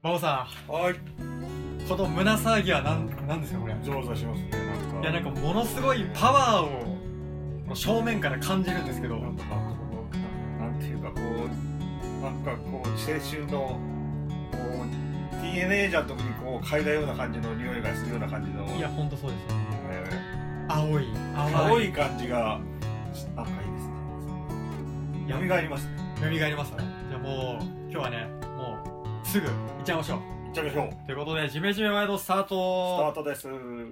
真帆さはい。 ん、この胸騒ぎはなんですかこれ。 ざわざわしますね。 いやなんかものすごいパワーを正面から感じるんですけど、 なんかこうなんていうかこうなんかこう青春のこうティーンエイジャーの時にこう嗅いだような感じの匂いがするような感じの。 いやほんとそうですよ。 淡青いい感じがなんかいいですね。蘇りますね。 蘇りますね。じゃあもう今日はね、もうすぐ行っちゃいましょう。 行っちゃいましょう。 ということでジメジメワイドスタースタト。 ートです。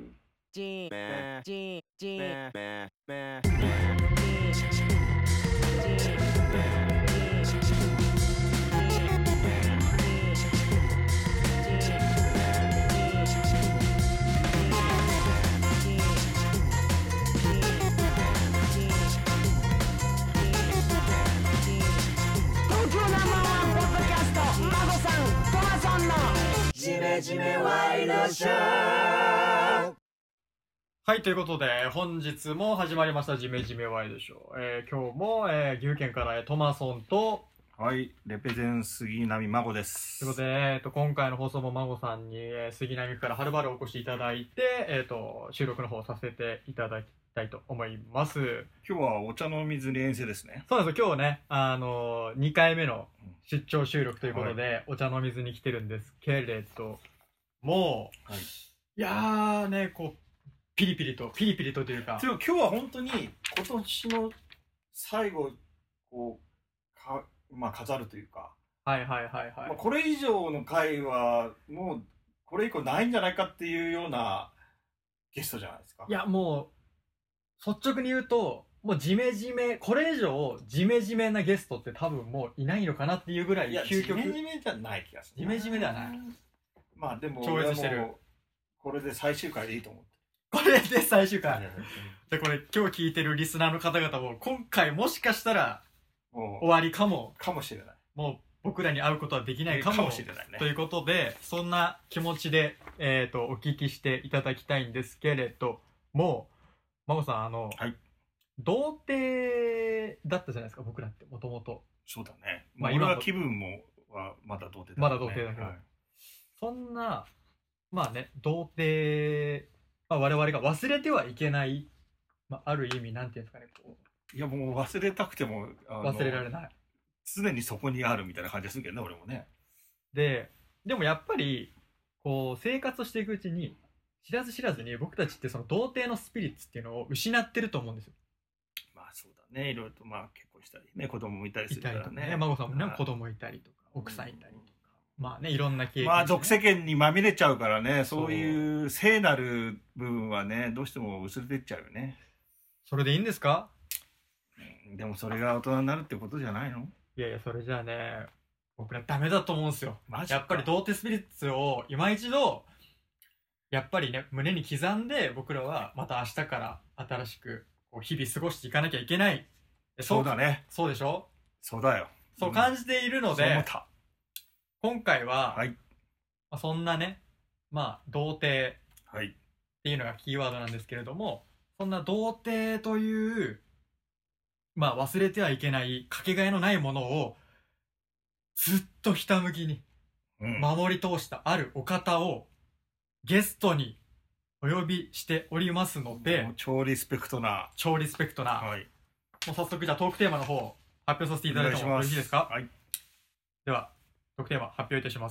はい、ということで本日も始まりましたジメジメワイドショー。今日も、岐阜県からトマソンとはい、レペゼン杉並孫です。 ということで、今回の放送も孫さんに、杉並区からはるばるお越しいただいて、収録の方をさせていただきたいと思います。 今日はお茶の水に遠征ですね。 そうなんですよ。今日ね、2回目の出張収録ということで、 はい、 お茶の水に来てるんですけれども、 はい、 いやーね、こうピリピリとというか、 今日は本当に今年の最後こう飾るというか、 はい、 これ以上の回はもうこれ以降ないんじゃないかっていうようなゲストじゃないですか。 いやもう率直に言うと、もうこれ以上ジメジメなゲストって多分もういないのかなっていうぐらい究極。 ジメジメじゃない気がする。 ジメジメではない。 まあでも超越してる。 これで最終回でいいと思って。 これで最終回。でこれ今日聞いてるリスナーの方々も今回もしかしたら終わりかもしれない。 もう僕らに会うことはできないかもしれないね。 ということで、そんな気持ちでお聞きしていただきたいんですけれども、孫さんはい、 童貞だったじゃないですか僕らってもともと。 そうだね。まあ今は気分はまだ童貞だけど、 まだ童貞だけど、はい、そんなまあね童貞、我々が忘れてはいけない、ある意味なんていうんですかね、こういやもう忘れたくても忘れられない、 常にそこにあるみたいな感じでするけどね、俺もね。 でもやっぱりこう生活していくうちに知らず知らずに僕たちってその童貞のスピリッツっていうのを失ってると思うんですよ。 まあそうだね、いろいろと結婚したりね、子供もいたりするからね。 孫さんもね、子供いたりとか奥さんいたりとか、まあね、いろんな経験、ね、 俗世間にまみれちゃうからね、そういう聖なる部分はねどうしても薄れていっちゃうよね。 それでいいんですか？ でもそれが大人になるってことじゃないの？ いやそれじゃあね、僕らダメだと思うんですよ。やっぱり童貞スピリッツを今一度やっぱりね胸に刻んで、僕らはまた明日から新しくこう日々過ごしていかなきゃいけない。 そうだね。 そうでしょ？ そうだよ。 そう感じているので、今回は、 はい、 そんなね童貞っていうのがキーワードなんですけれども、そんな童貞という忘れてはいけないかけがえのないものをずっとひたむきに守り通したあるお方をゲストにお呼びしておりますので、 超リスペクトな、 はい、もう早速じゃあトークテーマの方発表させていただいてもよろしいですか？はい、ではトークテーマ発表いたします。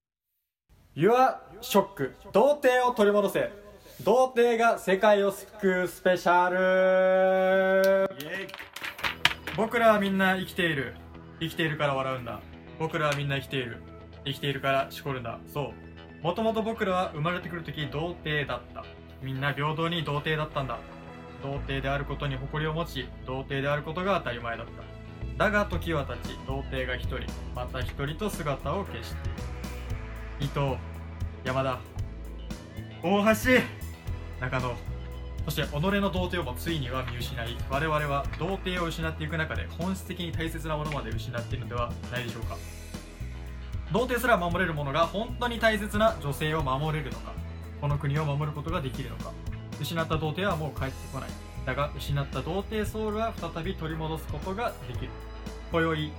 Your Shock 童貞を取り戻せ、童貞が世界を救うスペシャル。僕らはみんな生きているから笑うんだ。僕らはみんな生きているからしこるんだ。そう、もともと僕らは生まれてくるとき童貞だった。みんな平等に童貞だったんだ。童貞であることに誇りを持ち、童貞であることが当たり前だった。だが時は経ち、童貞が一人また一人と姿を消している。伊藤、山田、大橋、中野、そして己の童貞をもついには見失い、我々は童貞を失っていく中で本質的に大切なものまで失っているのではないでしょうか。童貞すら守れる者が本当に大切な女性を守れるのか、この国を守ることができるのか。失った童貞はもう帰ってこない。だが失った童貞ソウルは再び取り戻すことができる。今宵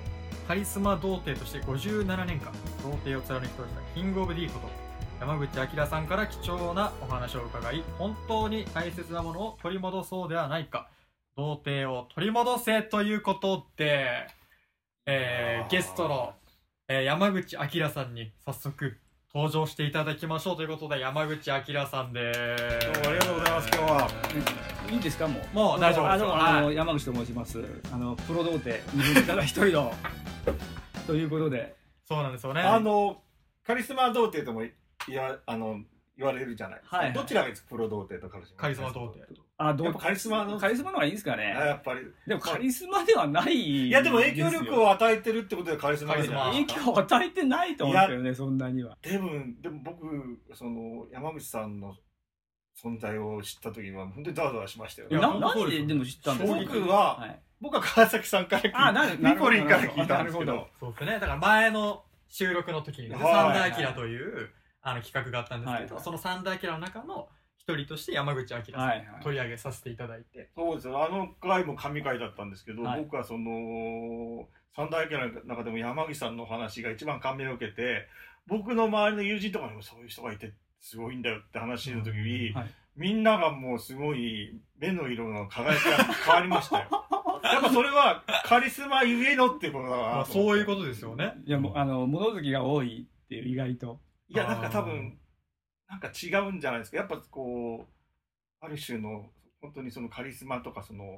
カリスマ童貞として57年間童貞を貫き通したキングオブ D こと山口明さんから貴重なお話を伺い、本当に大切なものを取り戻そうではないか、童貞を取り戻せということで、ゲストの、山口明さんに早速登場していただきましょうということで、山口明さんです。どうもありがとうございます。今日はいいですか？もう大丈夫ですよ。 山口と申します。プロ童貞日本から一人のということで、 そうなんですよね。 カリスマ童貞とも言われるじゃないですか。 はいはい、 どちらがいいですか？プロ童貞とカリスマ童貞。 やっぱカリスマの方がいいですかね。 やっぱり。 でもカリスマではない。 いやでも影響力を与えてるってことでカリスマですよ。 影響を与えてないと思うんですよね、そんなには。 でも僕山口さんの存在を知った時は本当にざわざわしましたよね。 何ででも知ったんですか？ 僕は川崎さんからミポリンから聞いたんですけど。 そうですね。だから前の収録の時に三田明という企画があったんですけど、その三田明の中の一人として山口明さん取り上げさせていただいて、 そうですよ。あの回も神回だったんですけど、僕は三田明の中でも山口さんの話が一番感銘を受けて、僕の周りの友人とかにもそういう人がいてすごいんだよって話の時に、みんながもうすごい目の色の輝きが変わりましたよ。やっぱそれはカリスマゆえのってことだな。 そういうことですよね。 いやもう物好きが多いっていう意外と。 いやなんか多分なんか違うんじゃないですか。やっぱこうある種の本当にそのカリスマとか神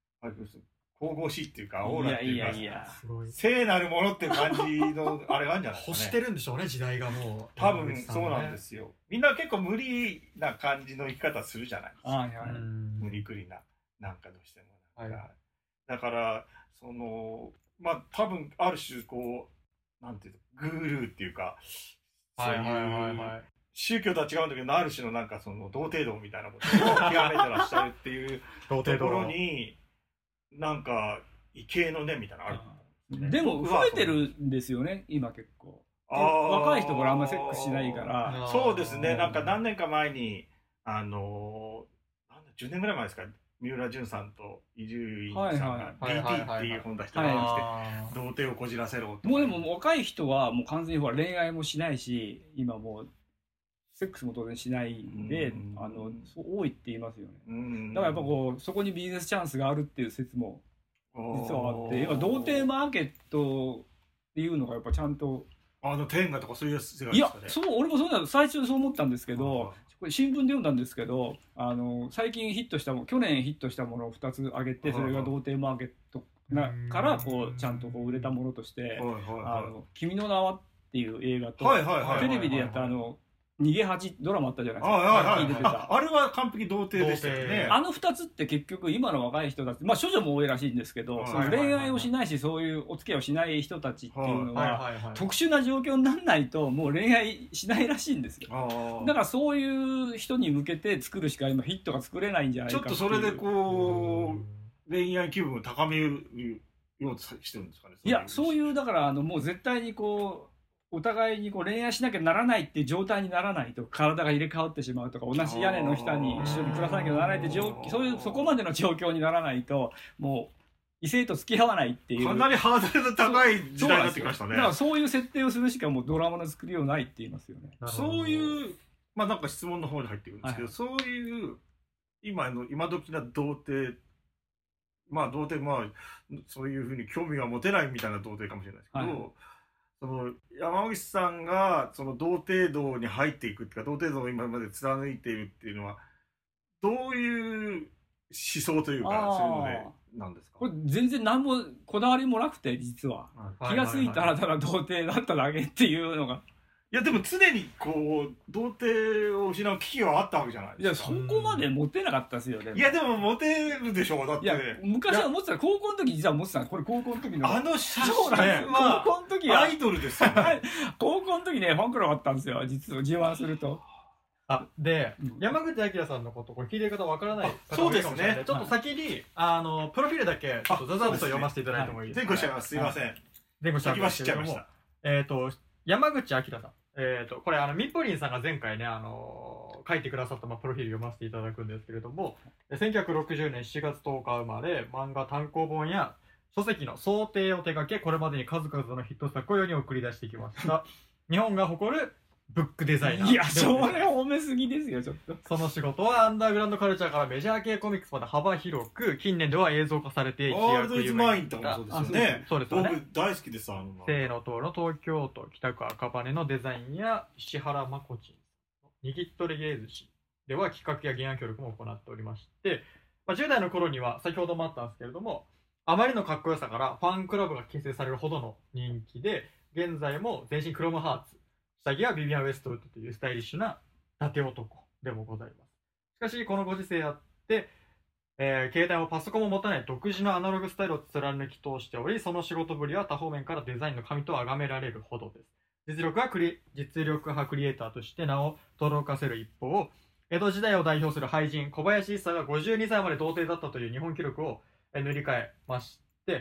々しいっていうかオーラっていうか聖なるものっていう感じのあれがあるんじゃないですかね。 欲してるんでしょうね、時代がもう。 多分そうなんですよ。みんな結構無理な感じの生き方するじゃないですか。無理くりななんかどうしてもなんか。だからまあ多分ある種こうなんていうのグールーっていうかそういう宗教とは違うんだけどある種のなんか童貞道みたいなものを極めてらっしゃるっていうところになんか異形のねみたいなのある。 でも増えてるんですよね今結構。若い人からあんまセックスしないから。 そうですね。なんか何年か前に10年ぐらい前ですか。三浦淳さんと伊集院さんが DT っていう本出してもらいまして、童貞をこじらせろ。 もうでも若い人はもう完全にほら恋愛もしないし、今もうセックスも当然しないんで、多いって言いますよね。だからやっぱこうそこにビジネスチャンスがあるっていう説も実はあって、今童貞マーケットっていうのがやっぱちゃんと天下とかそういう世界ですかね。 いや、俺もそうなの最初そう思ったんですけど。これ新聞で読んだんですけど、最近去年ヒットしたものを2つ挙げて、それが童貞マーケットからこうちゃんとこう売れたものとして「君の名は」っていう映画とテレビでやった逃げ恥ドラマあったじゃないですか。 あれは完璧童貞でしたよね。 あの2つって結局今の若い人たち、まあ処女も多いらしいんですけど、その恋愛をしないしそういうお付き合いをしない人たちっていうのは特殊な状況にならないともう恋愛しないらしいんですよ。だからそういう人に向けて作るしか今ヒットが作れないんじゃないかっていう。 ちょっとそれでこう恋愛気分を高めようとしてるんですかね。 いやそういうだからもう絶対にこうお互いにこう恋愛しなきゃならないっていう状態にならないと体が入れ替わってしまうとか、同じ屋根の下に一緒に暮らさなきゃならないってそこまでの状況にならないともう異性と付き合わないっていうかなりハードルの高い時代になってきましたね。 だからそういう設定をするしかもうドラマの作りようないって言いますよね。 そういうまあなんか質問の方に入ってくるんですけど、そういう今時な童貞そういうふうに興味が持てないみたいな童貞かもしれないですけど、山口さんが童貞道に入っていくっていうか童貞道を今まで貫いているっていうのはどういう思想というかそういうのでなんですか？ これ全然何もこだわりもなくて、実は気が付いたらただ童貞だっただけっていうのが。 いやでも常にこう童貞を失う危機はあったわけじゃないですか。 いやそこまでモテなかったですよね。 いやでもモテるでしょう。だって昔は持ってた、高校の時実は持ってた。これ高校の時の写真は高校の時はアイドルですよね。 高校の時ねファンクラブあったんですよ、実は自慢すると。 で、山口明さんのことこれ聞いてる方わからない方そうですね。 ちょっと先にプロフィールだけちょっとざざっと読ませていただいてもいいですか？ 前後しちゃいます。すいません。 前後しちゃいました。山口明さん。これみぽりんさんが前回ね書いてくださったプロフィール読ませていただくんですけれども、1960年7月10日生まれ、漫画単行本や書籍の想定を手掛け、これまでに数々のヒット作を世に送り出してきました日本が誇るブックデザイナー。 いや、それ褒めすぎですよ、ちょっと。 その仕事はアンダーグラウンドカルチャーからメジャー系コミックスまで幅広く、近年では映像化されてワールドイズマインとかもそうですよね。 そうですよね。 僕大好きです。 清野党の東京都北区赤羽のデザインや石原真子ちん握っとり芸寿司では企画や原案協力も行っておりまして、10代の頃には先ほどもあったんですけれども、あまりのかっこよさからファンクラブが結成されるほどの人気で、現在も全身クロムハーツ、下着はビビアン・ウェストウッドというスタイリッシュな伊達男でもございます。しかしこのご時世あって、携帯もパソコンも持たない独自のアナログスタイルを貫き通しており、その仕事ぶりは多方面からデザインの神と崇められるほどです。実力派クリエイターとして名を轟かせる一方、江戸時代を代表する俳人小林一茶が52歳まで童貞だったという日本記録を塗り替えまして、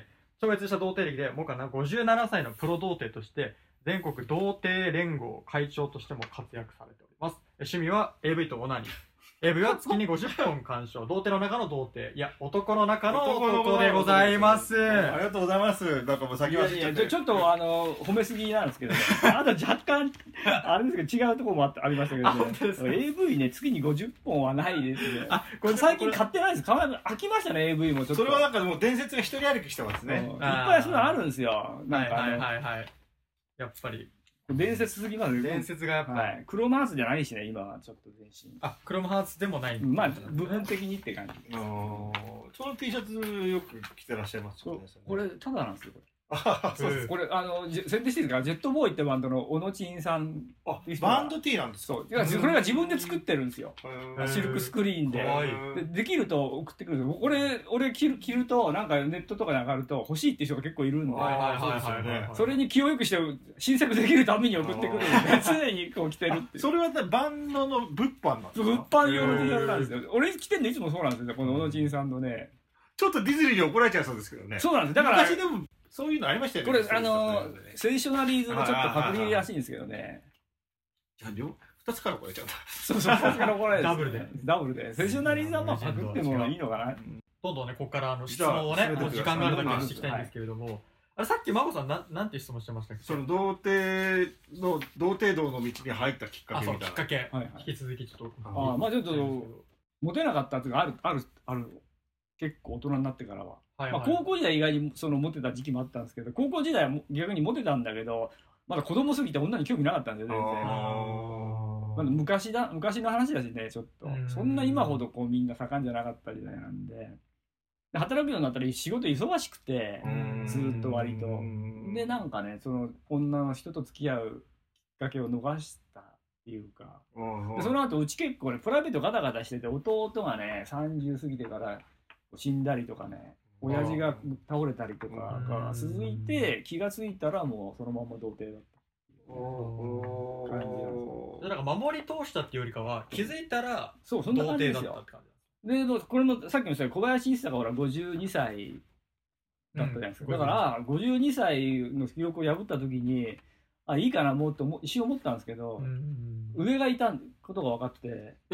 超越した童貞歴でもうかな57歳のプロ童貞として全国童貞連合会長としても活躍されております。趣味は AV とオナニー。AV は月に50本鑑賞。童貞の中の童貞。いや、男の中の男でございます。 ありがとうございます。なんかもう先はちょっと褒めすぎなんですけど、あと若干あれですけど違うところもありましたけどね。AV ね、月に50本はないですね。最近買ってないです。飽きましたね、AV もちょっと。 それはなんかもう伝説が一人歩きしてますね。 いっぱいそういうのあるんですよ。なんかやっぱり。 伝説すぎますね。 伝説がやっぱり、 クロムハーツじゃないしね、今はちょっと全身。 クロムハーツでもない。 まあ部分的にって感じ。 その T シャツよく着てらっしゃいますよね。 これただなんですよ、これ。 そうです。 これ宣伝していいですか？ジェットボーイってバンドの小野珍さん。 バンド T なんですか？ そう。これが自分で作ってるんですよ。シルクスクリーンで。できると送ってくるんですよ。俺着るとなんかネットとかに上がると欲しいっていう人が結構いるんで、それに気をよくして新作できるために送ってくるんで、常にこう着てるっていう。 それはバンドの物販なんですか？ 物販用の T シャツなんですよ。俺着てんのいつもそうなんですよ。この小野珍さんのね。 ちょっとディズニーに怒られちゃいそうですけどね。 そうなんです。だから昔でもそういうのありましたよね。 これセンショナリーズのちょっとパクリらしいんですけどね。 じゃあ2つから怒られちゃうんだ。 そう2つから怒られる。ダブルで。センショナリーズはまあパクってもいいのかな。 どんどんねここから質問をね時間があるだけしていきたいんですけれども、さっき真帆さんなんて質問してましたっけ？ その童貞道の道に入ったきっかけみたいな。 きっかけ。引き続きちょっと。 まあちょっとモテなかったっていうのがある。結構大人になってからは。高校時代意外にモテた時期もあったんですけど、高校時代は逆にモテたんだけど、まだ子供すぎて女に興味なかったんですよ、全然。昔の話だしね、ちょっと。そんな今ほどみんな盛んじゃなかった時代なんで。働くようになったら仕事忙しくて、ずっと割と。で、なんかね、女の人と付き合うきっかけを逃したっていうか。その後、うち結構ね、プライベートガタガタしてて、弟がね、30過ぎてから死んだりとかね、親父が倒れたりとかが続いて、気がついたらもうそのまま童貞だった感じなんですよ。 だから守り通したっていうよりかは気づいたらそんな感じですよ。でこれもさっきも言った小林一茶がほら52歳だったじゃないですか。だから52歳の記録を破った時にいいかなもうと一瞬思ったんですけど、上がいたことが分かって。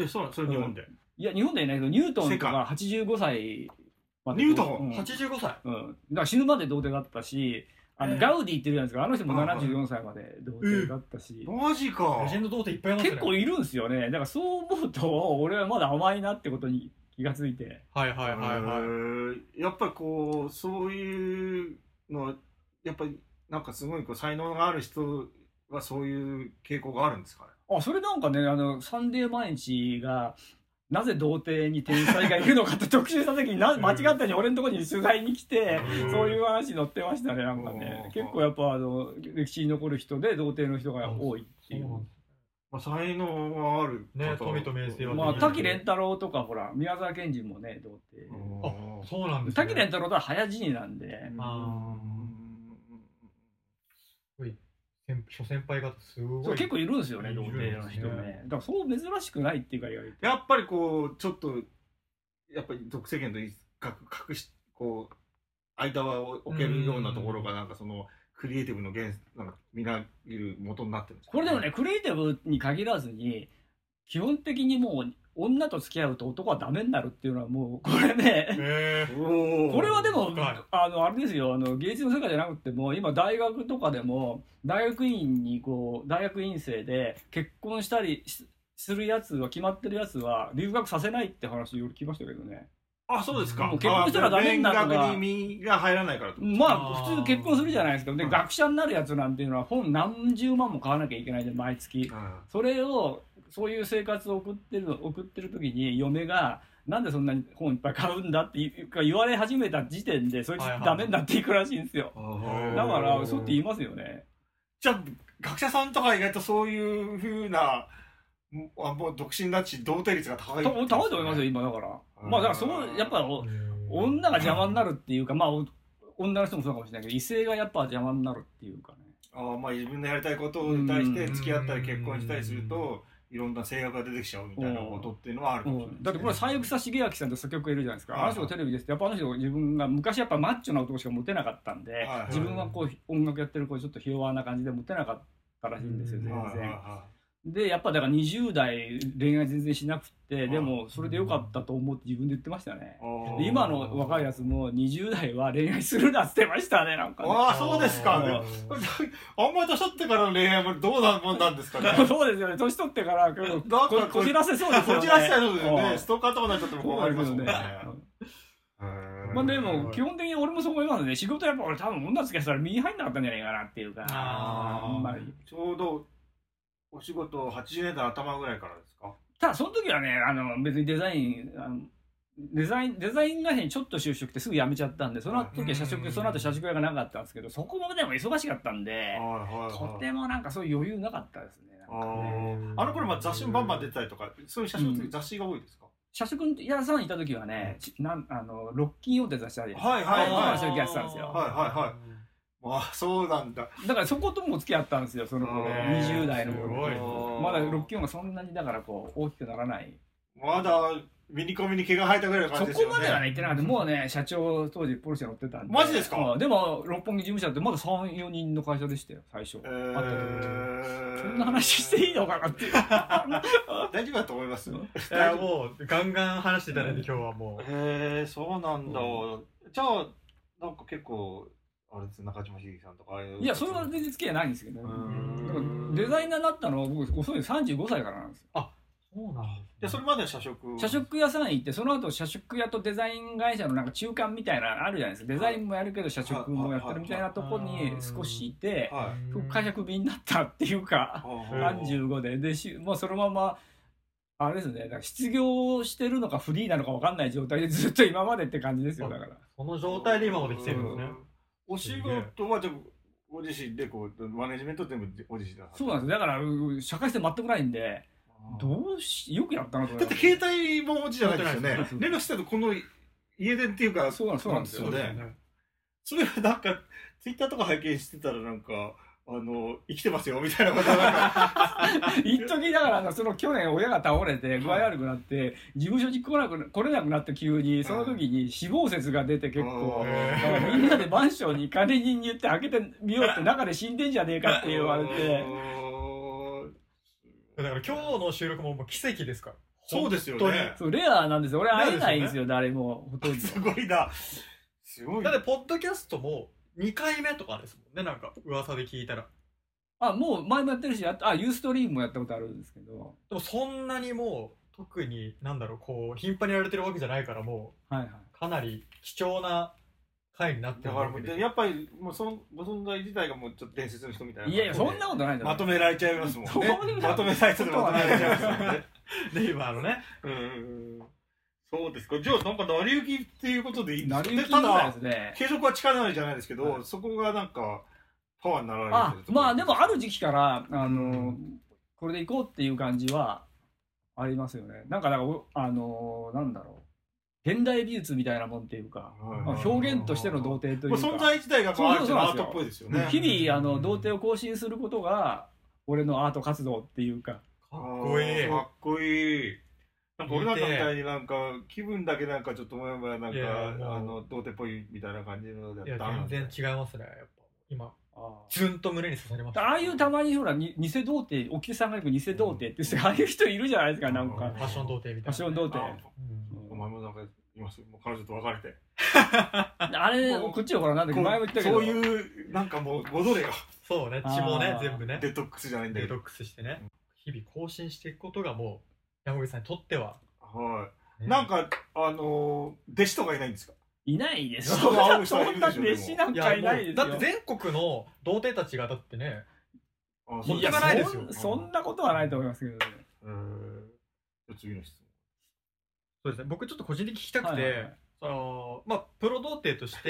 それ日本で？ いや日本でいないけどニュートンとか85歳。 ニュートン 85歳。 だから死ぬまで童貞だったし、ガウディっているじゃないですか。あの人も74歳まで童貞だったし。 マジか。 レジェンド童貞いっぱいいますね。 結構いるんですよね。だからそう思うと俺はまだ甘いなってことに気がついて。 やっぱりそういうのやっぱりなんかすごい才能がある人はそういう傾向があるんですかね。 それなんかねサンデー毎日がなぜ童貞に天才がいるのかって特集した時に間違ったに俺のところに取材に来てそういう話載ってましたね。なんかね結構やっぱ歴史に残る人で童貞の人が多いっていう。 才能があるね。富と名声は滝廉太郎とかほら宮沢賢治もね童貞。そうなんですね。 滝廉太郎とは早死になんで。 諸先輩方すごい結構いるんですよね童貞の人ね。だからそう珍しくないっていうかやっぱりちょっとやっぱり俗世間と隠し間は置けるようなところがなんかクリエイティブのなんかみなぎる元になってるんですこれでもねクリエイティブに限らずに基本的にもう女と付き合うと男はダメになるっていうのはもうこれねこれはでもあれですよ、芸術の世界じゃなくても今大学とかでも大学院に大学院生で結婚したりするやつは決まってるやつは留学させないって話よく聞きましたけどね。 あ、そうですか。 もう結婚したらダメになるとか。 勉学にが入らないからと。 まあ普通結婚するじゃないですか。で、学者になるやつなんていうのは本何十万も買わなきゃいけないじゃん、毎月。それをそういう生活を送ってる時に嫁がなんでそんなに本いっぱい買うんだって言われ始めた時点でそいつダメになっていくらしいんですよ。だからそうって言いますよね。 じゃあ学者さんとか意外とそういう風なもう独身だし童貞率が高い。 高いと思いますよ今だから。まあだからやっぱ女が邪魔になるっていうか、まあ女の人もそうかもしれないけど異性がやっぱ邪魔になるっていうかね。 まあ自分のやりたいことに対して付き合ったり結婚したりするといろんな制約が出てきちゃうみたいなことっていうのはあるかもしれない、 だってこれ三枝茂明さんって作曲家いるじゃないですか。あの人がテレビですってやっぱあの人自分が昔やっぱマッチョな男しかモテなかったんで、自分はこう音楽やってる子ちょっとひ弱な感じでモテなかったらしいんですよ全然。でやっぱだから20代恋愛全然しなくて、でもそれでよかったと思って自分で言ってましたね。で今の若いやつも20代は恋愛するなって言ってましたねなんかね。 ああそうですか。あんまり年取ってからの恋愛もどうなもんなんですかね。 そうですよね。年取ってからこじらせそうですよね。 こじらせそうですよね。ストーカーとかになっちゃっても困りますもんね。 まあでも基本的に俺もそう思いますね。仕事やっぱ俺多分女付き合ったら右入んなかったんじゃないかなっていうか。 ちょうどお仕事80年代頭ぐらいからですか？ ただその時はね別にデザイン会社にちょっと就職ってすぐ辞めちゃったんで、その時はその後社食屋がなかったんですけど、そこまでも忙しかったんでとてもなんかそういう余裕なかったですね。 あの頃雑誌もバンバン出てたりとかそういう雑誌が多いですか？ 社食屋さんにいた時はねロッキンオンって雑誌あるじゃないですか。社食やってたんですよ。 あ、そうなんだ。 だからそことも付き合ったんですよその頃20代の頃。まだロッキンオンがそんなにだからこう大きくならない。 まだミニコミに毛が生えたぐらいの感じですよね。 そこまではね言ってなかった。もうね社長当時ポルシェ乗ってたんで。 マジですか？ でも六本木事務所ってまだ 3,4 人の会社でしたよ最初。そんな話していいのかなっていう大丈夫だと思います。 いやもうガンガン話していただいて今日はもう。 へえそうなんだ。じゃあなんか結構あれです中島茂樹さんとかいやそれは全然付き合いないんですけど、デザイナーになったのは僕遅い35歳からなんですよ。 あ、そうなんです。 でそれまでは社食屋さん行って、その後社食屋とデザイン会社のなんか中間みたいなのあるじゃないですか。デザインもやるけど社食もやってるみたいなとこに少しいて、会社クビになったっていうか35でもうそのままあれですね、だから失業してるのかフリーなのか分かんない状態でずっと今までって感じですよ。だからその状態で今まで来てるんですね。 お仕事はご自身でこうマネジメント全部ご自身で。 そうなんです。だから社会性全くないんでよくやったなと思います。 だって携帯もお持ちじゃないですよね。連絡してるとこの家電っていうかそうなんですよね。 それはなんかツイッターとか拝見してたらなんか生きてますよみたいなことが一時だからその去年親が倒れて具合悪くなって事務所に来れなくなって急にその時に死亡説が出て結構みんなでマンションに管理人に言って開けてみようって中で死んでんじゃねえかって言われてだから今日の収録も奇跡ですから。 そうですよね。 そうレアなんですよ。俺会えないんですよ誰もほとんど。 すごいな。すごい。 だってポッドキャストも2回目とかですもんね。なんか噂で聞いたら。 もう前もやってるしユーストリームもやったことあるんですけど。 でもそんなにもう特にこう頻繁にやられてるわけじゃないからもう、かなり貴重な回になってるわけで。 やっぱりもうそのご存在自体がもうちょっと伝説の人みたいな。 いやそんなことないんだ。 まとめられちゃいますもんね。まとめサイトでまとめられちゃいますもんね。 ネイバーのね。 そうですか。じゃあなんか成り行きっていうことでいいんですか？ 成り行きみたいですね。 継続は力なりじゃないですけど、そこがなんかパワーになられてる。 まあでもある時期からこれでいこうっていう感じはありますよね。なんかなんだろう現代美術みたいなもんっていうか表現としての童貞というか存在自体がアートっぽいですよね。 日々童貞を更新することが俺のアート活動っていうか。 かっこいい。 かっこいい。なんか俺なんかみたいになんか気分だけなんかちょっともやもやなんか童貞っぽいみたいな感じので。いや全然違いますね。やっぱ今ズンと胸に刺されました。 ああいうたまにほら偽童貞、沖さんがよく偽童貞ってああいう人いるじゃないですか、なんかファッション童貞みたいな。 ファッション童貞。 お前もなんか今もう彼女と別れて。 あれこっちはほらなんだっけ、前も言ったけど、 そういうなんかもう戻れよ。 そうね、血もね全部ねデトックスじゃないんだけど。 デトックスしてね、日々更新していくことがもう山口さんにとっては、 はい。なんか弟子とかいないんですか？ いないですよ。 そんな弟子なんかいないですよ。 だって全国の童貞たちがだってね、 いやないですよ。そんなことはないと思いますけどね。 次の質問。 そうですね。僕ちょっと個人的に聞きたくて、プロ童貞として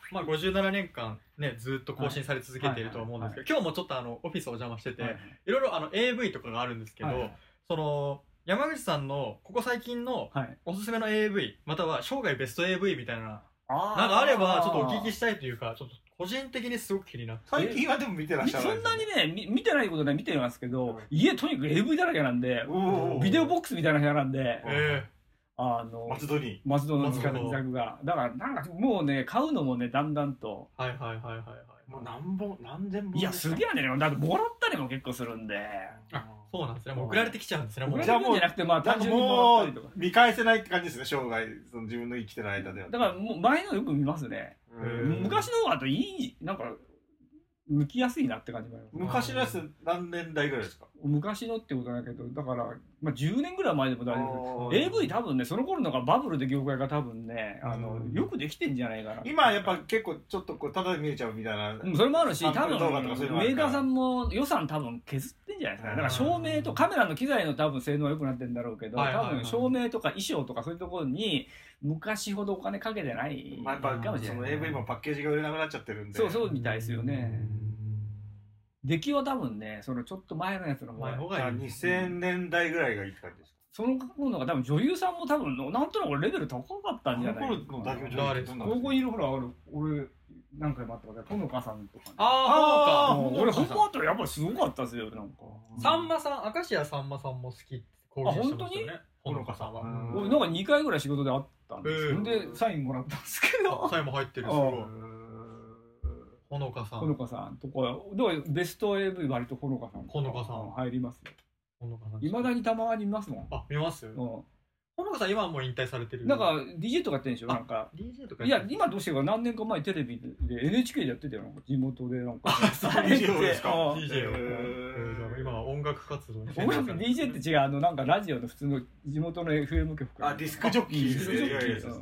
、57年間ねずっと更新され続けていると思うんですけど、今日もちょっとオフィスお邪魔してて、いろいろAV とかがあるんですけど、その山口さんのここ最近のおすすめの AV または生涯ベスト AV みたいななんかあればちょっとお聞きしたいというか、ちょっと個人的にすごく気になって。 最近はでも見てらっしゃる。 そんなにね見てないことね見てますけど、家とにかく AV だらけなんで、ビデオボックスみたいな部屋なんで、松戸の自宅がだからなんかもうね買うのもねだんだんともう何千本いやすげえね、だってもらったりも結構するんで。 そうなんですね。もう送られてきちゃうんですね。 送られてくんじゃなくて単純にもらったりとか見返せないって感じですね、生涯その自分の生きてる間では。 だからもう前のよく見ますね。昔の方があといいなんか抜きやすいなって感じもあります。昔のやつ何年代ぐらいですか？ 昔のってことだけど、だから10年ぐらい前でも大丈夫。AV 多分ねその頃のがバブルで業界が多分ねよくできてんじゃないかな。 今やっぱ結構ちょっとこうただで見れちゃうみたいな。 それもあるし、多分メーカーさんも予算多分削ってんじゃないですか。だから照明とカメラの機材の多分性能は良くなってるんだろうけど、多分照明とか衣装とかそういうところに昔ほどお金かけてないかもしれない。その AV もパッケージが売れなくなっちゃってるんで。 そうみたいですよね。出来は多分ね、そのちょっと前のやつの方が2000年代ぐらいがいいって感じですか？ その頃のが多分女優さんも多分なんとなくレベル高かったんじゃないかな。ここにいるほら俺何回もあったからほのかさんとか、俺ほんまあったらやっぱりすごかったですよ。なんかさんまさん、明石家さんまさんも好きって公言してましたよね。 ほのかさんは俺なんか2回ぐらい仕事で会ったんですよ。でサインもらったんですけど、 サインも入ってる。すごい。ほのかさんとかベスト AV 割とほのかさん入りますよ。いまだにたまに見ますもん。 見ます。ほのかさん今はもう引退されてる。 なんか DJ とかやってるんでしょ。なんか DJ とかいや今どうしてか何年か前テレビで NHK でやってたよ。地元でなんか DJ ですか。 DJ 今は音楽活動。 音楽 DJ って違うなんかラジオの普通の地元の FM 局から。 ディスクジョッキーですね。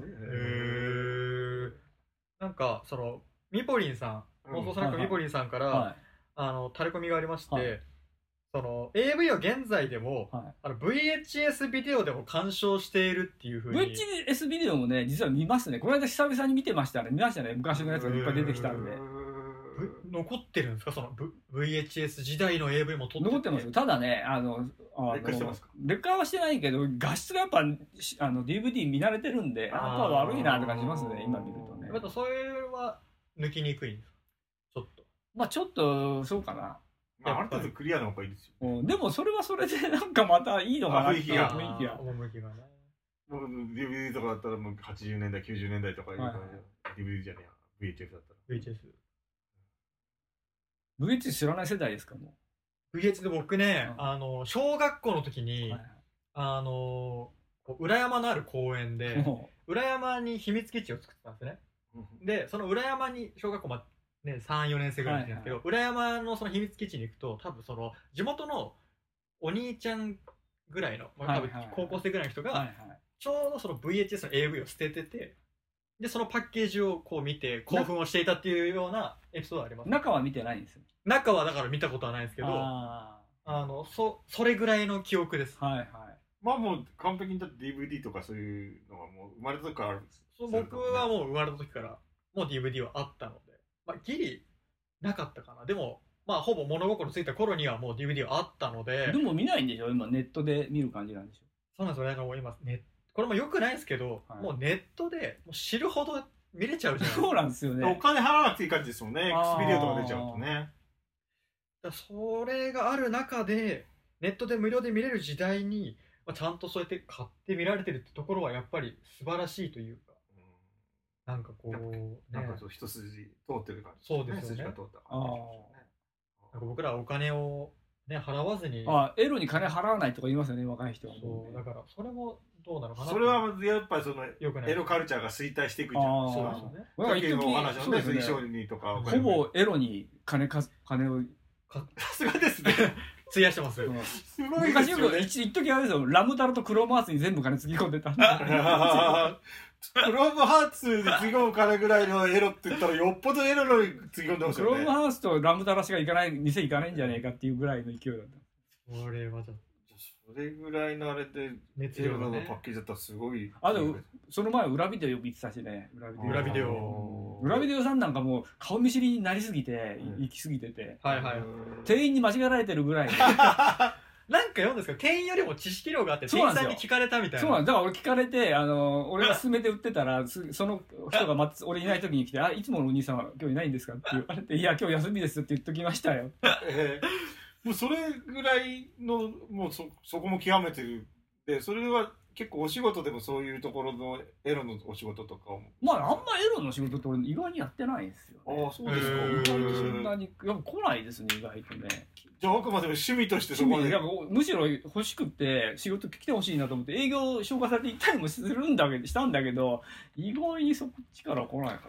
なんかそのミポリンさん放送されたミポリンさんからタレコミがありまして、その AV は現在でもVHS ビデオでも鑑賞しているっていう風に。 VHS ビデオもね実は見ますね。この間久々に見ましたね。昔のやつがいっぱい出てきたんで。 残ってるんですか？その VHS 時代の AV も撮って残ってますよ。ただね劣化してますか？ 劣化はしてないけど画質がやっぱDVD 見慣れてるんでやっぱ悪いなって感じしますね今見るとね。 またそれは抜きにくいんですか？ ちょっとそうかな。 ある程度クリアな方がいいですよ。 でもそれはそれでなんかまたいいのかなっていう雰囲気が。 もう DVD とかだったらもう80年代90年代とかいう感じ。DVD じゃねえや VHS だったら。 VHS 知らない世代ですか？もう VHS で僕ね小学校の時に裏山のある公園で裏山に秘密基地を作ってたんですね。でその裏山に小学校3、4年生ぐらいなんですけど、裏山のその秘密基地に行くと多分その地元のお兄ちゃんぐらいの多分高校生ぐらいの人がちょうどその VHS の AV を捨ててて、でそのパッケージをこう見て興奮をしていたっていうようなエピソードがあります。 中は見てないんですよ。 中はだから見たことはないんですけど、それぐらいの記憶です。 まあもう完璧にだって DVD とかそういうのはもう生まれた時からあるんです。 僕はもう生まれた時からもう DVD はあったので、ギリなかったかな。でもほぼ物心ついた頃にはもう DVD はあったので。 でも見ないんでしょ今ネットで見る感じなんでしょ。 そうなんですよ。だからもう今これもよくないですけど、もうネットでもう知るほど見れちゃうじゃないですか。 そうなんですよね。 お金払わなくていい感じですもんね。X ビデオとか出ちゃうとね。 それがある中でネットで無料で見れる時代にちゃんとそうやって買って見られてるってところはやっぱり素晴らしいというか、 なんかこう、 なんかそう一筋通ってる感じ。 そうですよね。 筋が通った感じ。 なんか僕らお金をね払わずに。 エロに金払わないとか言いますよね、若い人は。 そうだからそれもどうなのかな。 それはやっぱりそのエロカルチャーが衰退していくじゃん。 そうですよね。 さっきのお話のね、水商人とか。 ほぼエロに金を。 さすがですね。 費やしてます。 すごい昔よく一時あれですよ、ラムタロとクロームハーツに全部金つぎ込んでたんだ。 クロームハーツでつぎ込む金ぐらいのエロって言ったらよっぽどエロのつぎ込んでますよね。 クロームハーツとラムタロしか行かない店行かないんじゃねえかっていうぐらいの勢いだった。 それはちょっとそれぐらいのあれでエロのパッケージだったらすごい。 でもその前裏ビデオよく言ってたしね。 裏ビデオさんなんかもう顔見知りになりすぎて、行き過ぎてて、店員に間違えられてるぐらい。 なんか読んですか、店員よりも知識量があって店員さんに聞かれたみたいな。 そうなんです。だから俺聞かれて、俺が勧めて売ってたら、その人が俺いない時に来て、いつものお兄さんは今日いないんですかって言われて、いや今日休みですって言っときましたよ。 もうそれぐらいのもうそこも極めてるで、それは結構お仕事でもそういうところのエロのお仕事とかも。 あんまエロの仕事って俺意外にやってないんですよ、ね。 そうですか。 意外とそんなに来ないですね、意外とね。 じゃああくまでも趣味としてそこで。 むしろ欲しくて仕事来てほしいなと思って営業紹介されて行ったりもしたんだけど、意外にそっちから来ないから。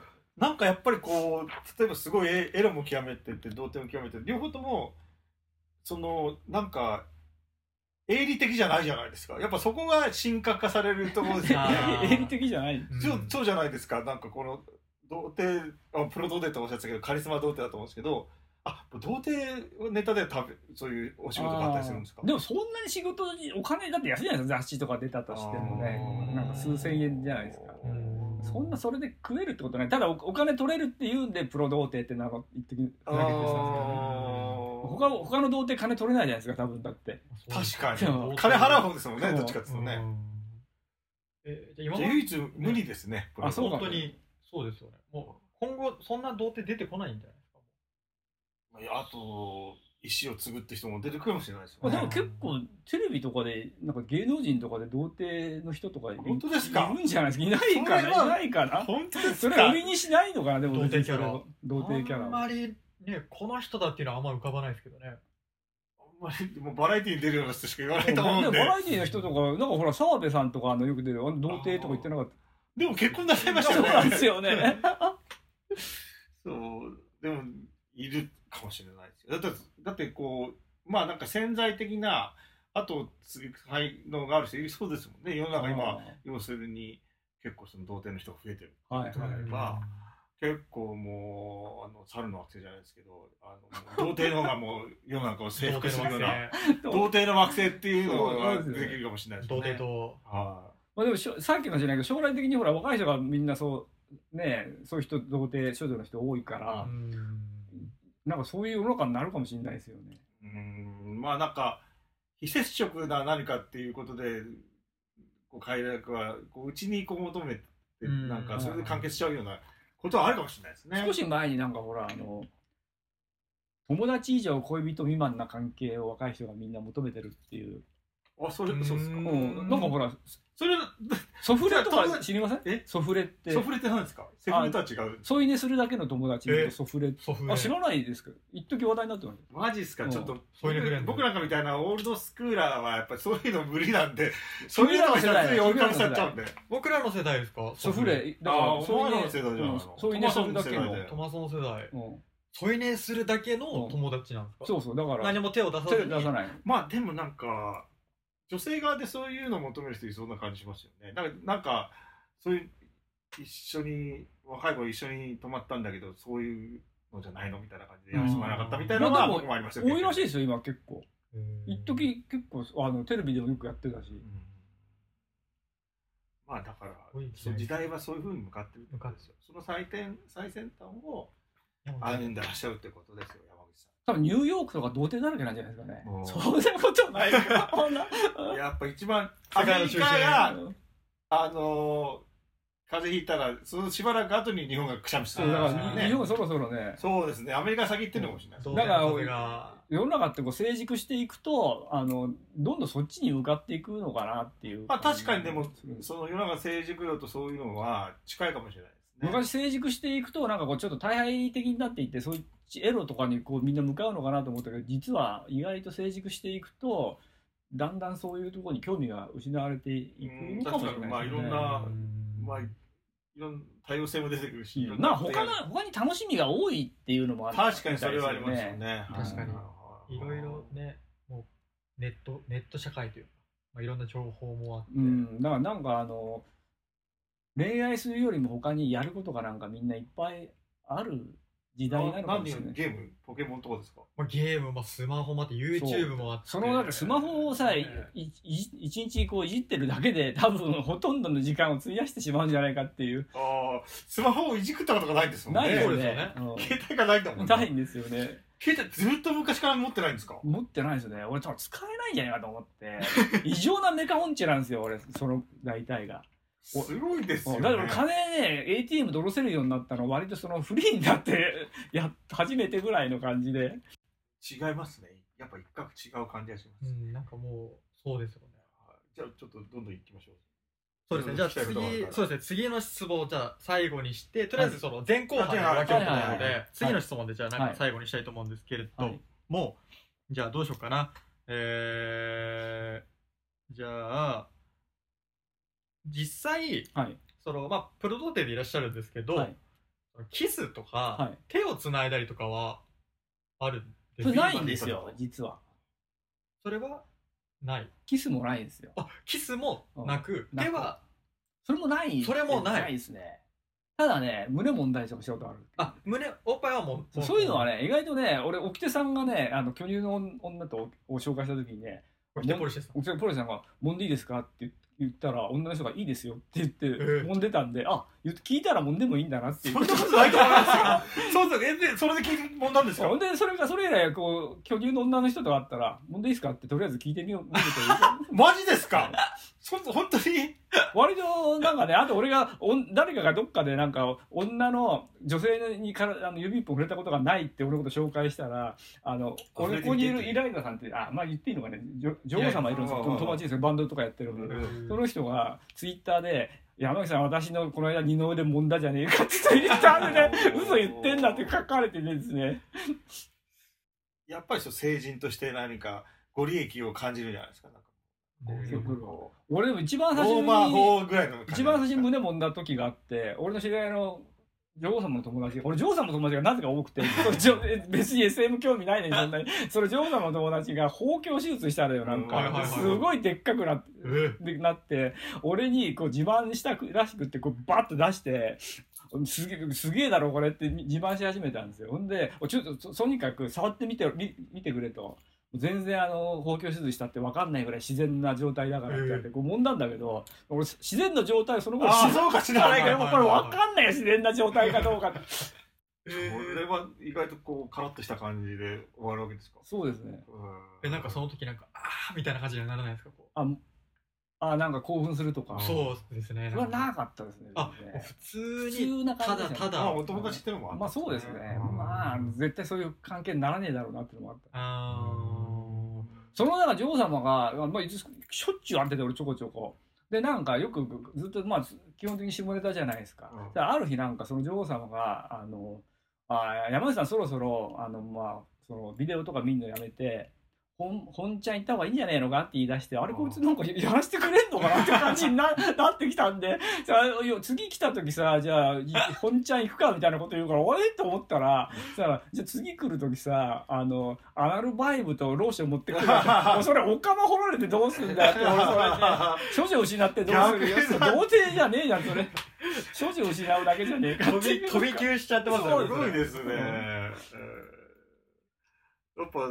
なんかやっぱりこう例えばすごいエロも極めてて童貞も極めて両方ともそのなんか営利的じゃないじゃないですか。やっぱそこが神格化されるところですよね。 営利的じゃない。 そうじゃないですか。なんかこの童貞プロ童貞とおっしゃってたけどカリスマ童貞だと思うんですけど、童貞ネタでそういうお仕事があったりするんですか。 でもそんなに仕事にお金だって安いじゃないですか。雑誌とか出たとしてもね、なんか数千円じゃないですか。それで食えるってことない。ただお金取れるっていうんでプロ童貞ってなんか言ってきただけですけど、他の童貞金取れないじゃないですか、多分。だって確かに金払う方ですもんね、どっちかっていうとね。じゃあ唯一無理ですね。 本当にそうですよね。もう今後そんな童貞出てこないんじゃないですか。 あと石を継ぐって人も出てくるかもしれないですよね。 でも結構テレビとかでなんか芸能人とかで童貞の人とかいるんじゃないですか。いないかな。 本当ですか。 それ売りにしないのかな。でも童貞キャラあんまりね、この人だっていうのはあんま浮かばないですけどね。 もうバラエティーに出るような人しか言わないと思うんで。 バラエティーの人とかなんかほら澤部さんとかよく出る童貞とか言ってなかった。 でも結婚なさいましたよね。 そうなんですよね。 そうでもいるかもしれないですよ。だってこうなんか潜在的な才能がある人いるそうですもんね。世の中今要するに結構その童貞の人が増えてるとなれば、結構もう猿の惑星じゃないですけど童貞の方がもう世の中を征服するような童貞の惑星っていうのができるかもしれないですね。 童貞とでもさっきのじゃないけど将来的にほら若い人がみんなそういう人童貞少女の人多いから。なんかそういう世の中になるかもしれないですよね。 なんか非接触な何かっていうことで快楽はうちに求めてなんかそれで完結しちゃうようなことはあるかもしれないですね。 少し前になんかほら友達以上恋人未満な関係を若い人がみんな求めてるっていう。 そうですか。 なんかほらそれソフレとか知りません？ソフレって何ですか？セフレとは違う。 添い寝するだけの友達のソフレ。知らないですか？一時話題になってます。 マジっすか？ちょっと僕なんかみたいなオールドスクーラーはやっぱりそういうの無理なんで、そういうのがつい追いかけちゃったんで。 僕らの世代ですか？ ソフレ。 だからそういうの世代じゃないの。 添い寝するだけのトマソン世代。添い寝するだけの友達なんですか？ そうだから何も手を出さない。 でもなんか女性側でそういうのを求める人いそうな感じしますよね。なんかそういう一緒に若い子一緒に泊まったんだけどそういうのじゃないのみたいな感じでやらせてもらえなかったみたいなのは僕もありましたけど。 多いらしいですよ今結構。一時結構テレビでもよくやってたし。 だから時代はそういう風に向かってるんですよ。その最先端を歩んでらっしゃるってことですよ。 多分ニューヨークとか童貞だらけなんじゃないですかね。そんなことないか。 やっぱ一番アメリカが風邪ひいたらそのしばらく後に日本がくしゃみしてる。 だから日本そろそろね。 そうですね。アメリカ先行ってるのかもしれない。 だから世の中って成熟していくとどんどんそっちに向かっていくのかなっていう。 確かにでもその世の中成熟度とそういうのは近いかもしれないです昔成熟していくとなんかこうちょっと対配的になっていって、そういうエロとかにこうみんな向かうのかなと思ったけど、実は意外と成熟していくとだんだんそういうところに興味が失われていくのかもしれないですね。 まあいろんな、まあいろんな多様性も出てくるし、 他に楽しみが多いっていうのもある、ね。 確かにそれはありますよね。 確かにいろいろね、もうネット社会というか、まあ、いろんな情報もあって、 だからなんか恋愛するよりも他にやることがなんかみんないっぱいある時代なのかもしれない。 ゲーム、ポケモンとかですか？ ゲーム、スマホもあって YouTube もあって、 そのなんかスマホをさ、一日こういじってるだけで多分ほとんどの時間を費やしてしまうんじゃないかっていう。 スマホをいじくったことがないんですもんね。 ないですよね。 携帯がないんだもんね。 ないんですよね。 携帯ずっと昔から持ってないんですか？ 持ってないですよね。俺多分使えないんじゃないかと思って異常なメカ音痴なんですよ俺、その大体が。 すごいですよね。 だから金ね ATM で下ろせるようになったのは割とそのフリーになって初めてぐらいの感じで。 違いますね。やっぱ一角違う感じがします。 なんかもうそうですよね。 じゃあちょっとどんどん行きましょう。 そうですね。じゃあ次の質問をじゃあ最後にして、とりあえずその前後半に分けようと思うので、次の質問でじゃあなんか最後にしたいと思うんですけれども、じゃあどうしようかな。じゃあ実際、そのプロ童貞でいらっしゃるんですけど、キスとか、手をつないだりとかはあるんですか？ ないんですよ実は。 それはない。 キスもないんですよ。 キスもなく、手はそれもない。 それもないですね。ただね、胸問題とかしたことある。 おっぱいはもうそういうのはね、意外とね、俺沖手さんがね、巨乳の女とを紹介した時にね、 沖手ポルシェさんが「揉んでいいですか?」って言ったら、女の人が「いいですよ」って言って揉んでたんで、聞いたら揉んでもいいんだなっていう。 そんなことないと思いますよ。そうですよ。それで聞いて揉んだんですか？ ほんでそれ以来こう巨乳の女の人と会ったら「揉んでいいですか?」ってとりあえず聞いてみようというマジですか？本当に割となんかね、あと俺が誰かがどっかでなんか女性に指一本触れたことがないって俺のこと紹介したら、俺ここにいるイライザさんって言っていいのかね、女王様いるんですよ、友達ですよ、バンドとかやってるんで、その人がツイッターで「山口さん私のこの間二の腕揉んだじゃねえか」ってツイッターでね嘘言ってんだって書かれてですね。 やっぱり成人として何かご利益を感じるんじゃないですか。 俺でも一番最初に胸揉んだ時があって、俺の知り合いの女王様の友達がなぜか多くて別に SM 興味ないねんそんなに。それ女王様の友達が包協手術したのよ。なんかすごいでっかくなって俺にこう自慢したらしくって、こうバッと出してすげえだろこれって自慢し始めたんですよ。ほんでちょっととにかく触ってみてくれと。全然包協手術したって分かんないぐらい自然な状態だからって言ってこう揉んだんだけど、俺自然な状態をその頃知らないから、もうこれ分かんないよ自然な状態かどうか。 それは意外とこうカラッとした感じで終わるわけですか？ そうですね。 なんかその時なんかみたいな感じにはならないですか？ なんか興奮するとか。 そうですね。 それはなかったですね。 普通にただお友達ってのもあった。 そうですね。絶対そういう関係にならねえだろうなっていうのもあった。その女王様がしょっちゅう会ってて、俺ちょこちょこでなんかよくずっと基本的に下ネタじゃないですか。ある日なんかその女王様が山口さんそろそろそのビデオとか見るのやめて本ちゃん行った方がいいんじゃねえのかって言い出して、あれこいつなんかやらせてくれんのかなって感じになってきたんで、次来た時さ、じゃあ本ちゃん行くかみたいなこと言うから、おいと思ったらさ、じゃあ次来る時さアナルバイブとローション持ってくるからそれお釜掘られてどうすんだよって、俺それね処女失ってどうするよ、童貞じゃねえじゃんそれ。処女失うだけじゃねえか。 飛び級しちゃってますね。 すごいですね。やっぱ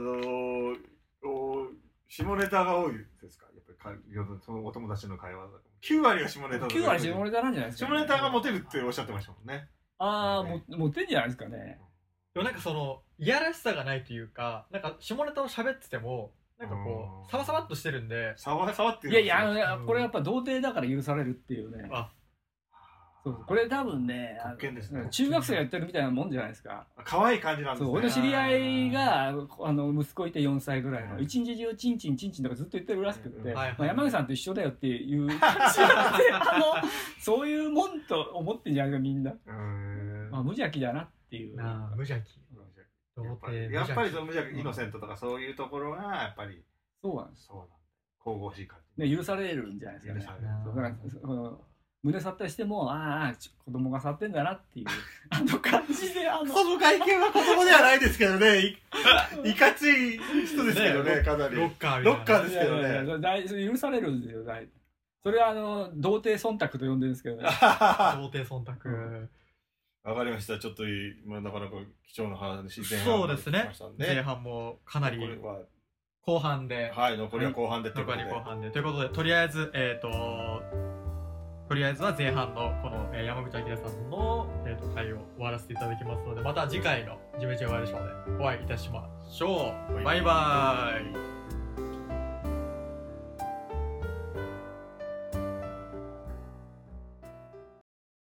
下ネタが多いですか？やっぱりそのお友達の会話9割が下ネタ。 9割下ネタなんじゃないですか、 下ネタがモテるっておっしゃってましたもんね。 モテんじゃないですかね。 でもなんかそのいやらしさがないというか、なんか下ネタを喋っててもなんかこうサバサバっとしてるんで、 サバっていやこれやっぱ童貞だから許されるっていうね。 そうこれ多分ね、中学生がやってるみたいなもんじゃないですか。 可愛い感じなんですね。 そう、俺の知り合いが息子いて4歳ぐらいの、一日中チンチンチンチンとかずっと言ってるらしくって、山口さんと一緒だよっていう感じでそういうもんと思ってんじゃないかみんな。無邪気だなっていう。 無邪気。 やっぱりその無邪気イノセントとかそういうところがやっぱりそうなんです。 神々しい感じ。 許されるんじゃないですかね。だから胸触ったりしても、子供が触ってんだなっていう感じで、 その外見は子供ではないですけどね、いかつい人ですけどね、かなり。ロッカーですけどね。 許されるんですよ、それは童貞忖度と呼んでるんですけどね。童貞忖度。 わかりました。ちょっとなかなか貴重な話、 そうですね。前半もかなり後半で。 はい、残りは後半で。 ということで、とりあえずは前半のこの山口明さんの回を終わらせていただきますので、また次回のジメジメワイドショーでお会いいたしましょう。バイバーイ。